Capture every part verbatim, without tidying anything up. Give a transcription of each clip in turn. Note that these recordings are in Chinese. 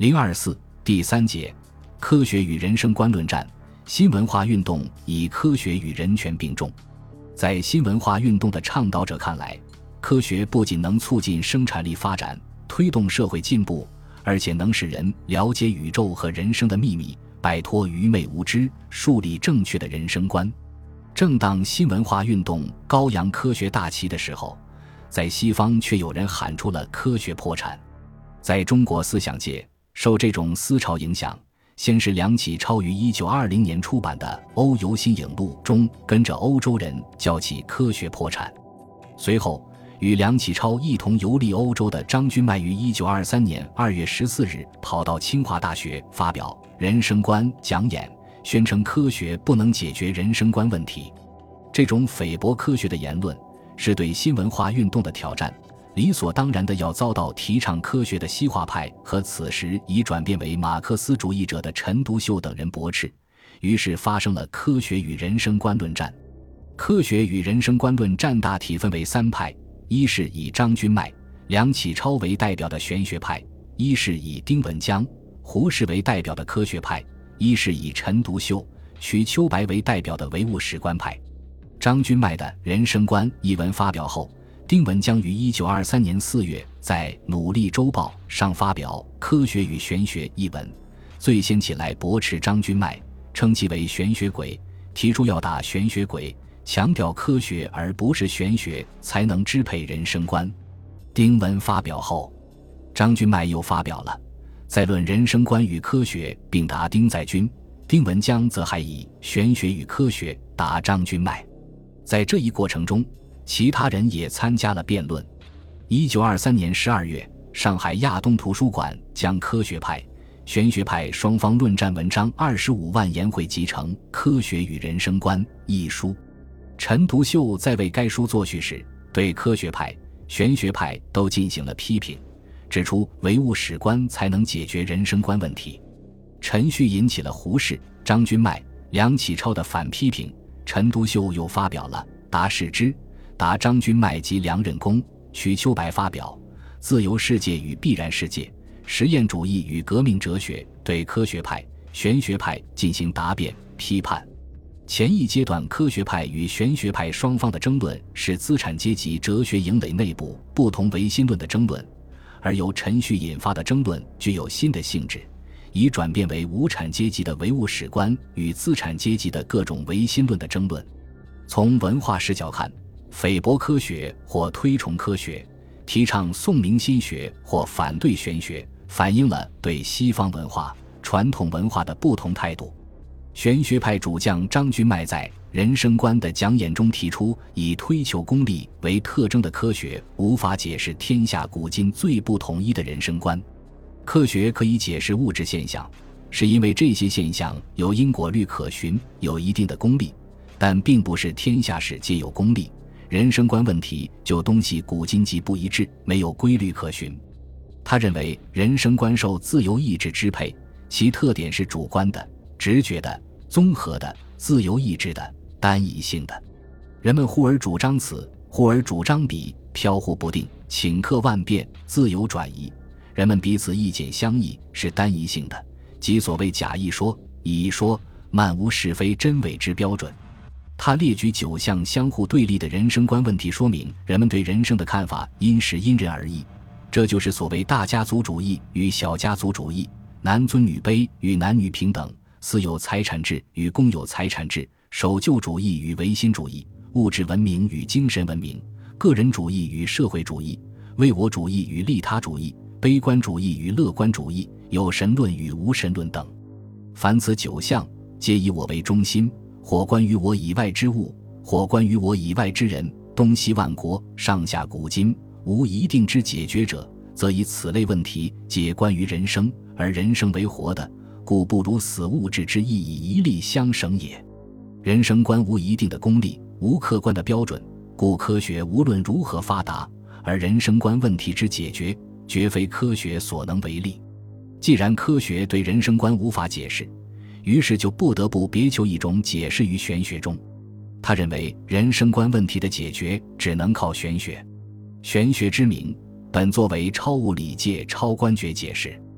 零二四第三节，科学与人生观论战。新文化运动以科学与人权并重。在新文化运动的倡导者看来，科学不仅能促进生产力发展，推动社会进步，而且能使人了解宇宙和人生的秘密，摆脱愚昧无知，树立正确的人生观。正当新文化运动高扬科学大旗的时候，在西方却有人喊出了科学破产。在中国思想界，受这种思潮影响，先是梁启超于一九二零年出版的《欧游新影录》中跟着欧洲人叫起科学破产。随后与梁启超一同游历欧洲的张君迈于一九二三年二月十四日跑到清华大学发表人生观讲演，宣称科学不能解决人生观问题。这种菲薄科学的言论是对新文化运动的挑战，理所当然的要遭到提倡科学的西化派和此时已转变为马克思主义者的陈独秀等人驳斥，于是发生了科学与人生观论战。科学与人生观论战大体分为三派，一是以张君迈、梁启超为代表的玄学派，一是以丁文江、胡适为代表的科学派，一是以陈独秀、瞿秋白为代表的唯物史观派。张君迈的《人生观》一文发表后，丁文江于一九二三年四月在《努力周报》上发表《科学与玄学》一文，最先起来驳斥张君迈，称其为玄学鬼，提出要打玄学鬼，强调科学而不是玄学才能支配人生观。丁文发表后，张君迈又发表了在论人生观与科学，并答丁在军。丁文江则还以玄学与科学答张君迈。在这一过程中，其他人也参加了辩论。一九二三年十二月，上海亚东图书馆将科学派、玄学派双方论战文章二十五万言汇集成《科学与人生观》一书。陈独秀在为该书作序时，对科学派、玄学派都进行了批评，指出唯物史观才能解决人生观问题。陈序引起了胡适、张君迈、梁启超的反批评，陈独秀又发表了答世之、答张君迈及梁任公，瞿秋白发表自由世界与必然世界、实验主义与革命哲学，对科学派、玄学派进行答辩批判。前一阶段科学派与玄学派双方的争论是资产阶级哲学营垒内部不同唯心论的争论，而由陈序引发的争论具有新的性质，已转变为无产阶级的唯物史观与资产阶级的各种唯心论的争论。从文化视角看，菲薄科学或推崇科学，提倡宋明心学或反对玄学，反映了对西方文化、传统文化的不同态度。玄学派主将张君迈在《人生观》的讲演中提出，以推求功利为特征的科学无法解释天下古今最不统一的人生观。科学可以解释物质现象，是因为这些现象有因果律可循，有一定的功利，但并不是天下事皆有功利。人生观问题就东西古今即不一致，没有规律可循。他认为人生观受自由意志支配，其特点是主观的、直觉的、综合的、自由意志的、单一性的。人们忽而主张此，忽而主张彼，飘忽不定，顷刻万变，自由转移。人们彼此意见相异，是单一性的，即所谓假一说、乙一说，漫无是非真伪之标准。他列举九项相互对立的人生观问题，说明人们对人生的看法因时因人而异。这就是所谓大家族主义与小家族主义，男尊女卑与男女平等，私有财产制与公有财产制，守旧主义与唯心主义，物质文明与精神文明，个人主义与社会主义，唯我主义与利他主义，悲观主义与乐观主义，有神论与无神论等。凡此九项，皆以我为中心，或关于我以外之物，或关于我以外之人，东西万国，上下古今，无一定之解决者，则以此类问题皆关于人生，而人生为活的，故不如死物质之意以一力相绳也。人生观无一定的功利，无客观的标准，故科学无论如何发达，而人生观问题之解决，绝非科学所能为力。既然科学对人生观无法解释，于是就不得不别求一种解释于玄学中。他认为人生观问题的解决只能靠玄学。玄学之名，本作为超物理界超观觉解释。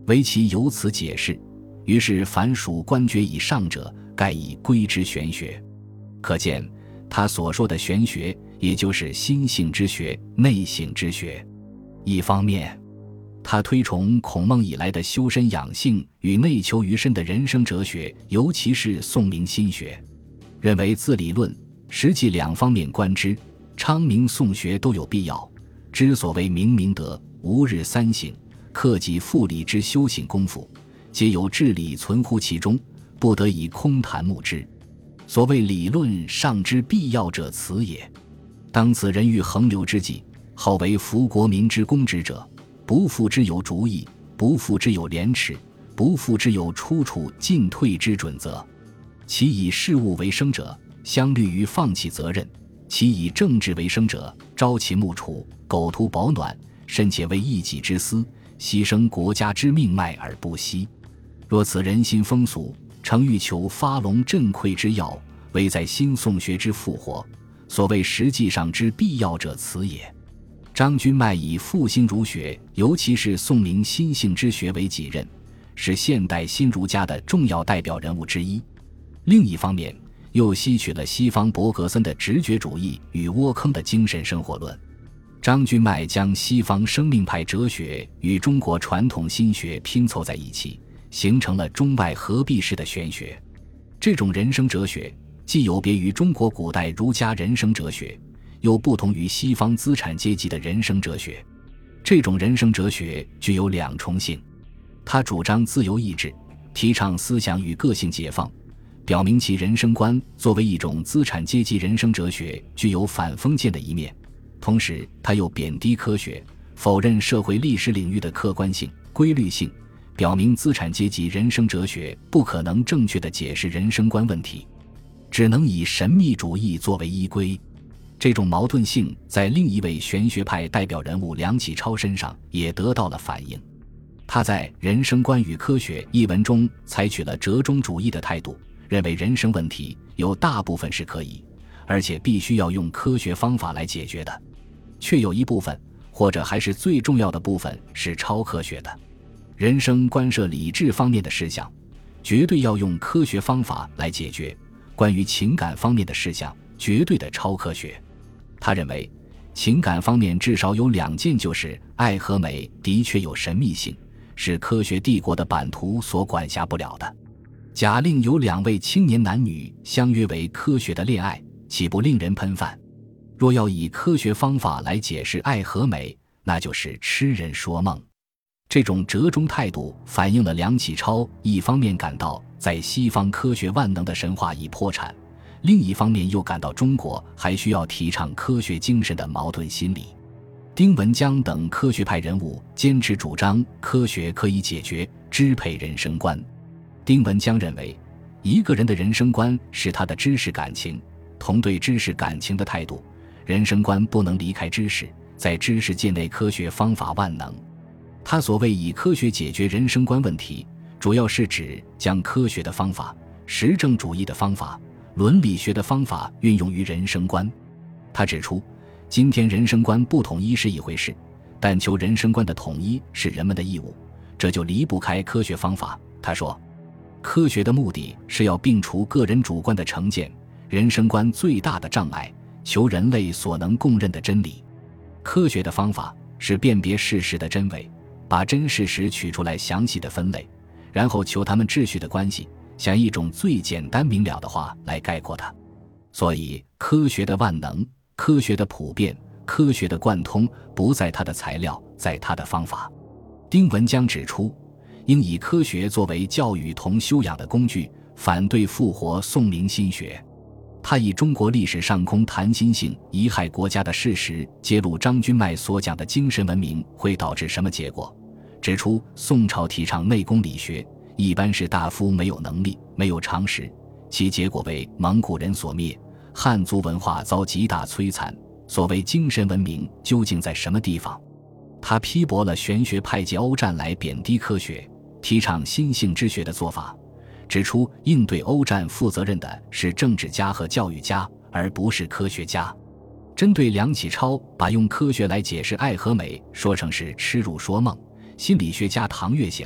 唯其由此解释，于是凡属官爵以上者，盖以归之玄学。可见他所说的玄学，也就是心性之学、内省之学。一方面，他推崇孔孟以来的修身养性与内求于身的人生哲学，尤其是宋明心学，认为自理论、实际两方面观之，昌明宋学都有必要。之所谓明明德、吾日三省、克己复礼之修行功夫，皆有至理存乎其中，不得以空谈目之。所谓理论上之必要者，此也。当此人欲横流之际，好为服国民之公职者，不复之有主意，不复之有廉耻，不复之有出处进退之准则。其以事务为生者，相虑于放弃责任；其以政治为生者，朝秦暮楚，苟图保暖，甚且为一己之私，牺牲国家之命脉而不惜。若此人心风俗，诚欲求发龙振溃之要，唯在新宋学之复活。所谓实际上之必要者，此也。张君迈以复兴儒学，尤其是宋明心性之学为己任，是现代新儒家的重要代表人物之一。另一方面，又吸取了西方伯格森的直觉主义与沃坑的精神生活论。张君迈将西方生命派哲学与中国传统心学拼凑在一起，形成了中外合璧式的玄学。这种人生哲学既有别于中国古代儒家人生哲学，又不同于西方资产阶级的人生哲学。这种人生哲学具有两重性，它主张自由意志，提倡思想与个性解放，表明其人生观作为一种资产阶级人生哲学具有反封建的一面。同时它又贬低科学，否认社会历史领域的客观性、规律性，表明资产阶级人生哲学不可能正确地解释人生观问题，只能以神秘主义作为依归。这种矛盾性在另一位玄学派代表人物梁启超身上也得到了反映。他在《人生观与科学》一文中采取了折中主义的态度，认为人生问题有大部分是可以，而且必须要用科学方法来解决的，却有一部分，或者还是最重要的部分是超科学的。人生关涉理智方面的事项，绝对要用科学方法来解决；关于情感方面的事项，绝对的超科学。他认为情感方面至少有两件，就是爱和美的确有神秘性，是科学帝国的版图所管辖不了的。假令有两位青年男女相约为科学的恋爱，岂不令人喷饭？若要以科学方法来解释爱和美，那就是痴人说梦。这种折中态度反映了梁启超一方面感到在西方科学万能的神话已破产，另一方面又感到中国还需要提倡科学精神的矛盾心理。丁文江等科学派人物坚持主张科学可以解决支配人生观。丁文江认为，一个人的人生观是他的知识感情，同对知识感情的态度，人生观不能离开知识，在知识界内科学方法万能。他所谓以科学解决人生观问题，主要是指将科学的方法、实证主义的方法、伦理学的方法运用于人生观。他指出，今天人生观不统一是一回事，但求人生观的统一是人们的义务，这就离不开科学方法。他说，科学的目的是要摒除个人主观的成见，人生观最大的障碍，求人类所能共认的真理。科学的方法是辨别事实的真伪，把真事实取出来详细的分类，然后求他们秩序的关系，想一种最简单明了的话来概括它。所以科学的万能，科学的普遍，科学的贯通，不在它的材料，在它的方法。丁文江指出，应以科学作为教育同修养的工具，反对复活宋明心学。他以中国历史上空谈心性贻害国家的事实，揭露张君迈所讲的精神文明会导致什么结果，指出宋朝提倡内功理学，一般士大夫没有能力，没有常识，其结果为蒙古人所灭，汉族文化遭极大摧残。所谓精神文明究竟在什么地方？他批驳了玄学派借欧战来贬低科学，提倡心性之学的做法，指出应对欧战负责任的是政治家和教育家，而不是科学家。针对梁启超把用科学来解释爱和美说成是痴辱说梦，心理学家唐月写了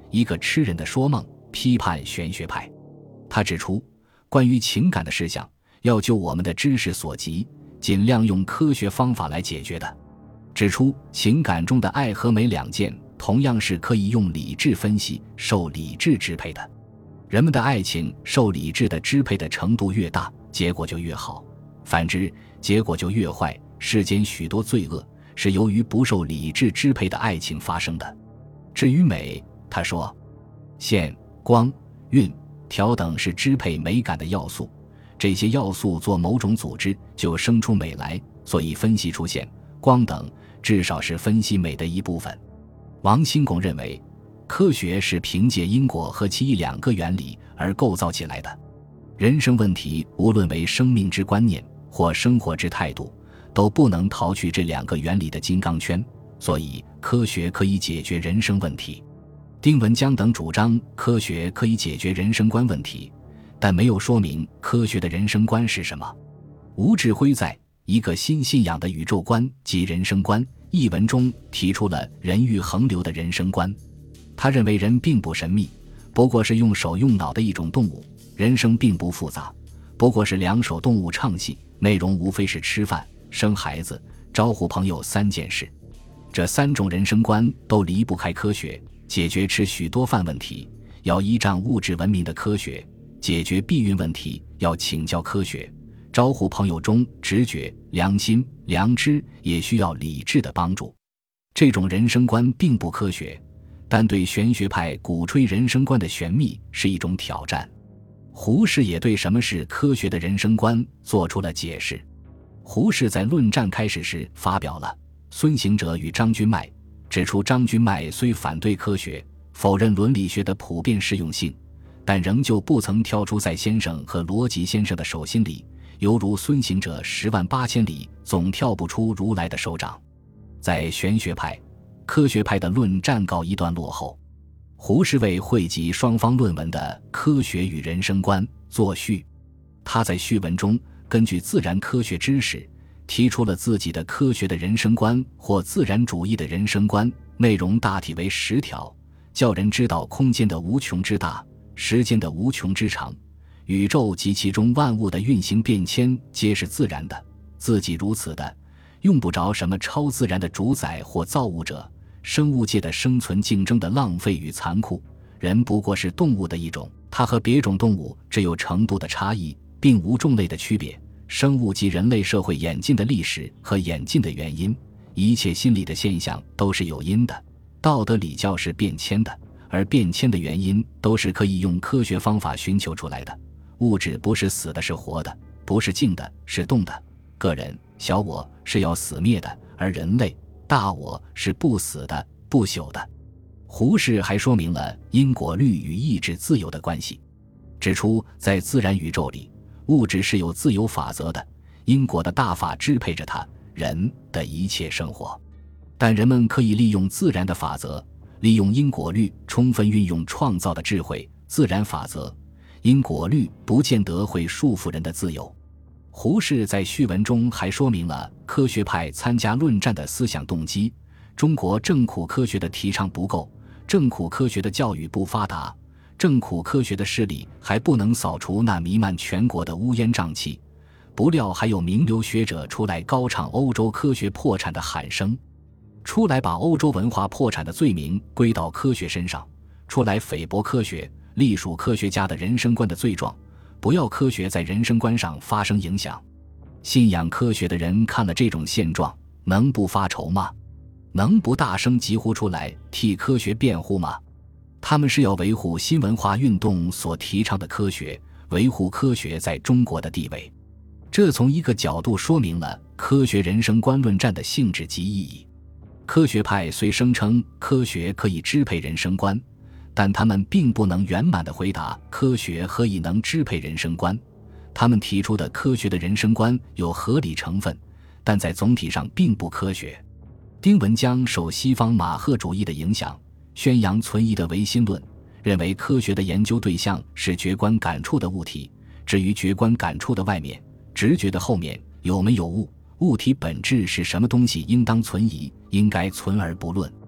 一个痴人的说梦，批判玄学派。他指出，关于情感的事项，要就我们的知识所及，尽量用科学方法来解决的。指出情感中的爱和美两件同样是可以用理智分析、受理智支配的。人们的爱情受理智的支配的程度越大，结果就越好，反之结果就越坏。世间许多罪恶是由于不受理智支配的爱情发生的。至于美，他说，线、光、韵、调等是支配美感的要素，这些要素做某种组织，就生出美来，所以分析出现、光等至少是分析美的一部分。王新拱认为，科学是凭借因果和其一两个原理而构造起来的。人生问题无论为生命之观念或生活之态度，都不能逃去这两个原理的金刚圈，所以科学可以解决人生问题。丁文江等主张科学可以解决人生观问题，但没有说明科学的人生观是什么。吴志辉在《一个新信仰的宇宙观及人生观》一文中提出了人欲横流的人生观。他认为人并不神秘，不过是用手用脑的一种动物，人生并不复杂，不过是两手动物唱戏，内容无非是吃饭、生孩子、招呼朋友三件事。这三种人生观都离不开科学。解决吃许多饭问题，要依仗物质文明的科学；解决避孕问题，要请教科学；招呼朋友中，直觉、良心、良知也需要理智的帮助。这种人生观并不科学，但对玄学派鼓吹人生观的玄秘是一种挑战。胡适也对什么是科学的人生观做出了解释。胡适在论战开始时发表了《孙行者与张君迈》，指出张君迈虽反对科学，否认伦理学的普遍适用性，但仍旧不曾跳出赛先生和罗辑先生的手心里，犹如孙行者十万八千里总跳不出如来的手掌。在玄学派、科学派的论战告一段落后，胡适为汇集双方论文的《科学与人生观》作序。他在序文中根据自然科学知识提出了自己的科学的人生观或自然主义的人生观，内容大体为十条，叫人知道空间的无穷之大，时间的无穷之长，宇宙及其中万物的运行变迁皆是自然的，自己如此的，用不着什么超自然的主宰或造物者。生物界的生存竞争的浪费与残酷，人不过是动物的一种，它和别种动物只有程度的差异，并无种类的区别。生物及人类社会演进的历史和演进的原因，一切心理的现象都是有因的，道德礼教是变迁的，而变迁的原因都是可以用科学方法寻求出来的。物质不是死的，是活的；不是静的，是动的。个人、小我是要死灭的，而人类、大我是不死的、不朽的。胡适还说明了因果律与意志自由的关系，指出在自然宇宙里，物质是有自由法则的，因果的大法支配着它人的一切生活。但人们可以利用自然的法则，利用因果律，充分运用创造的智慧。自然法则、因果律不见得会束缚人的自由。胡适在序文中还说明了科学派参加论战的思想动机：中国正苦科学的提倡不够，正苦科学的教育不发达，正苦科学的势力还不能扫除那弥漫全国的乌烟瘴气，不料还有名流学者出来高唱欧洲科学破产的喊声，出来把欧洲文化破产的罪名归到科学身上，出来诽谤科学，隶属科学家的人生观的罪状，不要科学在人生观上发生影响。信仰科学的人看了这种现状，能不发愁吗？能不大声疾呼出来替科学辩护吗？他们是要维护新文化运动所提倡的科学，维护科学在中国的地位。这从一个角度说明了科学人生观论战的性质及意义。科学派虽声称科学可以支配人生观，但他们并不能圆满地回答科学何以能支配人生观。他们提出的科学的人生观有合理成分，但在总体上并不科学。丁文江受西方马赫主义的影响，宣扬存疑的唯心论，认为科学的研究对象是觉观感触的物体，至于觉观感触的外面，直觉的后面有没有物，物体本质是什么东西应当存疑，应该存而不论。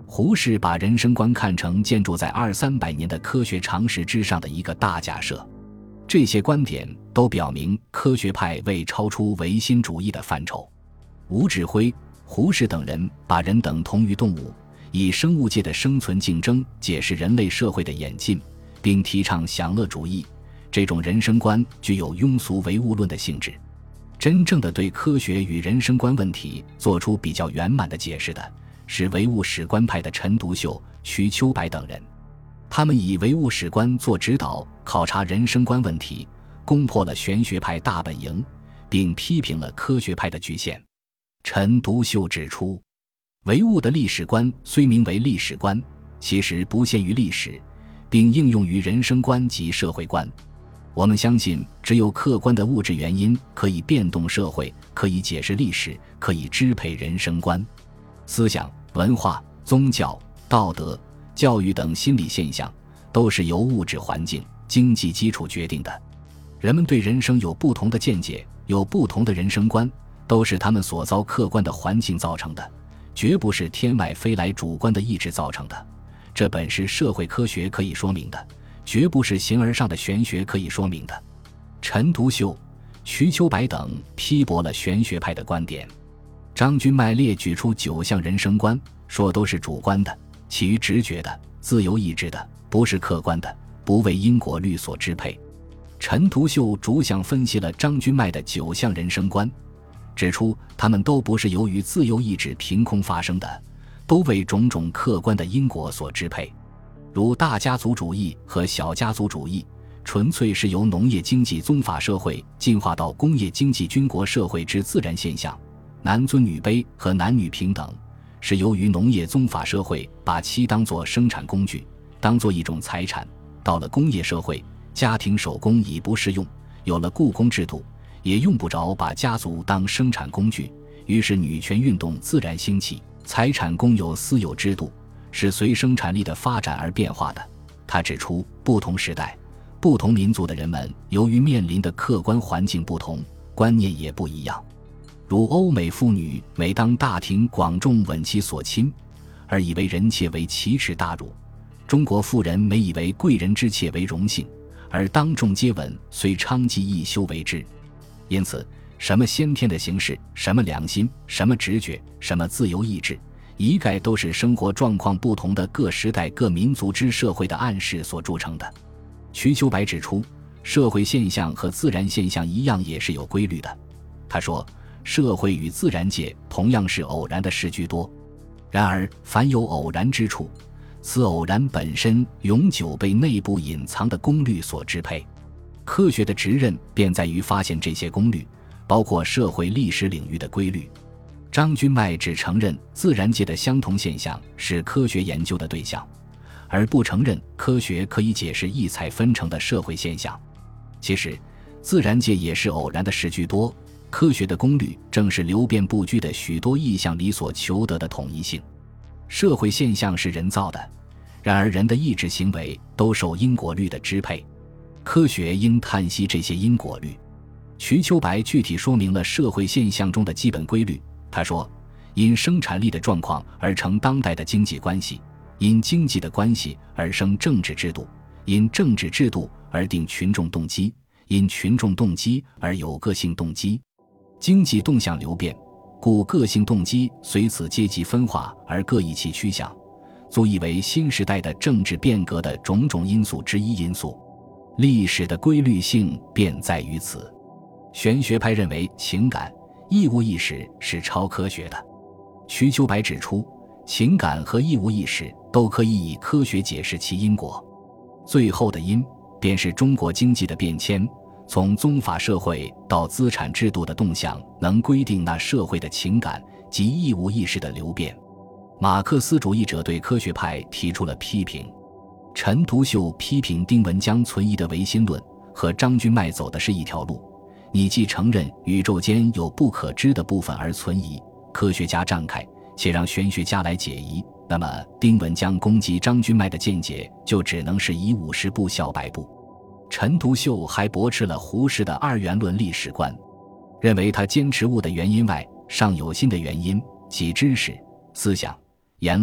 胡适把人生观看成建筑在二三百年的科学常识之上的一个大假设。这些观点都表明科学派未超出唯心主义的范畴。吴志辉、胡适等人把人等同于动物，以生物界的生存竞争解释人类社会的演进，并提倡享乐主义，这种人生观具有庸俗唯物论的性质。真正的对科学与人生观问题做出比较圆满的解释的是唯物史观派的陈独秀、瞿秋白等人。他们以唯物史观做指导，考察人生观问题，攻破了玄学派大本营，并批评了科学派的局限。陈独秀指出，唯物的历史观虽名为历史观，其实不限于历史，并应用于人生观及社会观。我们相信，只有客观的物质原因可以变动社会，可以解释历史，可以支配人生观。思想、文化、宗教、道德、教育等心理现象都是由物质环境、经济基础决定的。人们对人生有不同的见解，有不同的人生观，都是他们所遭客观的环境造成的，绝不是天外飞来主观的意志造成的。这本是社会科学可以说明的，绝不是形而上的玄学可以说明的。陈独秀、瞿秋白等批驳了玄学派的观点。张君迈列举出九项人生观，说都是主观的，其余直觉的、自由意志的，不是客观的，不为因果律所支配。陈独秀逐项分析了张君迈的九项人生观，指出他们都不是由于自由意志凭空发生的，都为种种客观的因果所支配。如大家族主义和小家族主义，纯粹是由农业经济宗法社会进化到工业经济军国社会之自然现象。男尊女卑和男女平等，是由于农业宗法社会把妻当作生产工具，当作一种财产。到了工业社会，家庭手工已不适用，有了雇工制度，也用不着把家族当生产工具，于是女权运动自然兴起，财产公有私有制度是随生产力的发展而变化的。他指出，不同时代、不同民族的人们由于面临的客观环境不同，观念也不一样。如欧美妇女每当大庭广众吻其所亲，而以为人妾为奇耻大辱；中国妇人每以为贵人之妾为荣幸，而当众接吻虽娼妓亦修为之。因此，什么先天的形式，什么良心，什么直觉，什么自由意志，一概都是生活状况不同的各时代各民族之社会的暗示所铸成的。瞿秋白指出，社会现象和自然现象一样也是有规律的。他说，社会与自然界同样是偶然的事居多，然而凡有偶然之处，此偶然本身永久被内部隐藏的功律所支配。科学的职任便在于发现这些功律，包括社会历史领域的规律。张君迈只承认自然界的相同现象是科学研究的对象，而不承认科学可以解释异彩纷呈的社会现象。其实自然界也是偶然的事居多，科学的功律正是流变不居的许多意象里所求得的统一性。社会现象是人造的，然而人的意志行为都受因果律的支配，科学应探析这些因果律。瞿秋白具体说明了社会现象中的基本规律。他说，因生产力的状况而成当代的经济关系，因经济的关系而生政治制度，因政治制度而定群众动机，因群众动机而有个性动机。经济动向流变，故个性动机随此阶级分化而各异其趋向，足以为新时代的政治变革的种种因素之一因素。历史的规律性便在于此。玄学派认为情感、义务意识是超科学的。瞿秋白指出，情感和义务意识都可以以科学解释其因果。最后的因，便是中国经济的变迁，从宗法社会到资产制度的动向，能规定那社会的情感及义务意识的流变。马克思主义者对科学派提出了批评。陈独秀批评丁文江存疑的唯心论，和张君迈走的是一条路。你既承认宇宙间有不可知的部分而存疑，科学家站开，且让玄学家来解疑，那么丁文江攻击张君迈的见解就只能是以五十步笑百步。陈独秀还驳斥了胡适的二元论历史观，认为他坚持物的原因外尚有新的原因，即知识、思想、言论、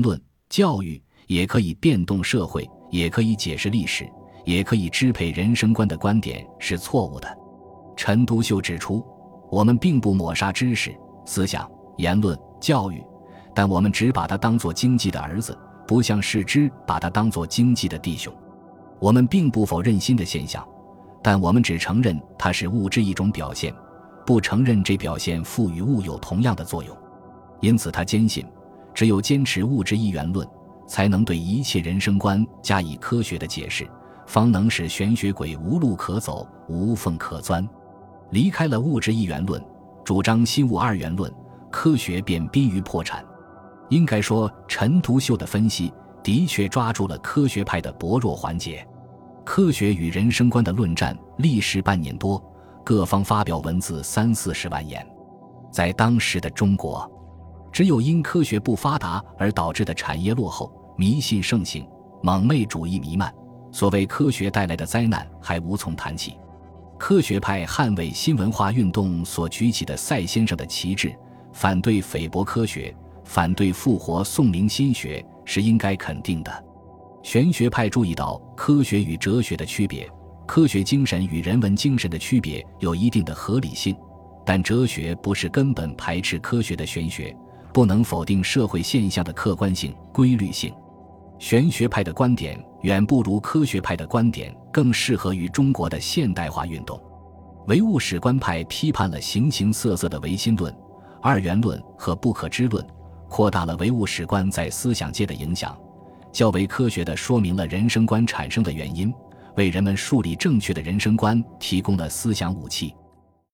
教育也可以变动社会，也可以解释历史，也可以支配人生观的观点是错误的。陈独秀指出，我们并不抹杀知识、思想、言论、教育，但我们只把它当作经济的儿子，不像世之把它当作经济的弟兄。我们并不否认新的现象，但我们只承认它是物之一种表现，不承认这表现赋予物有同样的作用。因此他坚信，只有坚持物质一元论，才能对一切人生观加以科学的解释，方能使玄学轨无路可走，无缝可钻。离开了物质一元论，主张心物二元论，科学便濒于破产。应该说，陈独秀的分析的确抓住了科学派的薄弱环节。科学与人生观的论战历时半年多，各方发表文字三四十万言。在当时的中国，只有因科学不发达而导致的产业落后、迷信盛行、蒙昧主义弥漫，所谓科学带来的灾难还无从谈起。科学派捍卫新文化运动所举起的赛先生的旗帜，反对菲薄科学，反对复活宋明心学，是应该肯定的。玄学派注意到科学与哲学的区别，科学精神与人文精神的区别有一定的合理性，但哲学不是根本排斥科学的玄学，不能否定社会现象的客观性、规律性。玄学派的观点远不如科学派的观点更适合于中国的现代化运动。唯物史观派批判了形形色色的唯心论、二元论和不可知论，扩大了唯物史观在思想界的影响，较为科学地说明了人生观产生的原因，为人们树立正确的人生观提供了思想武器。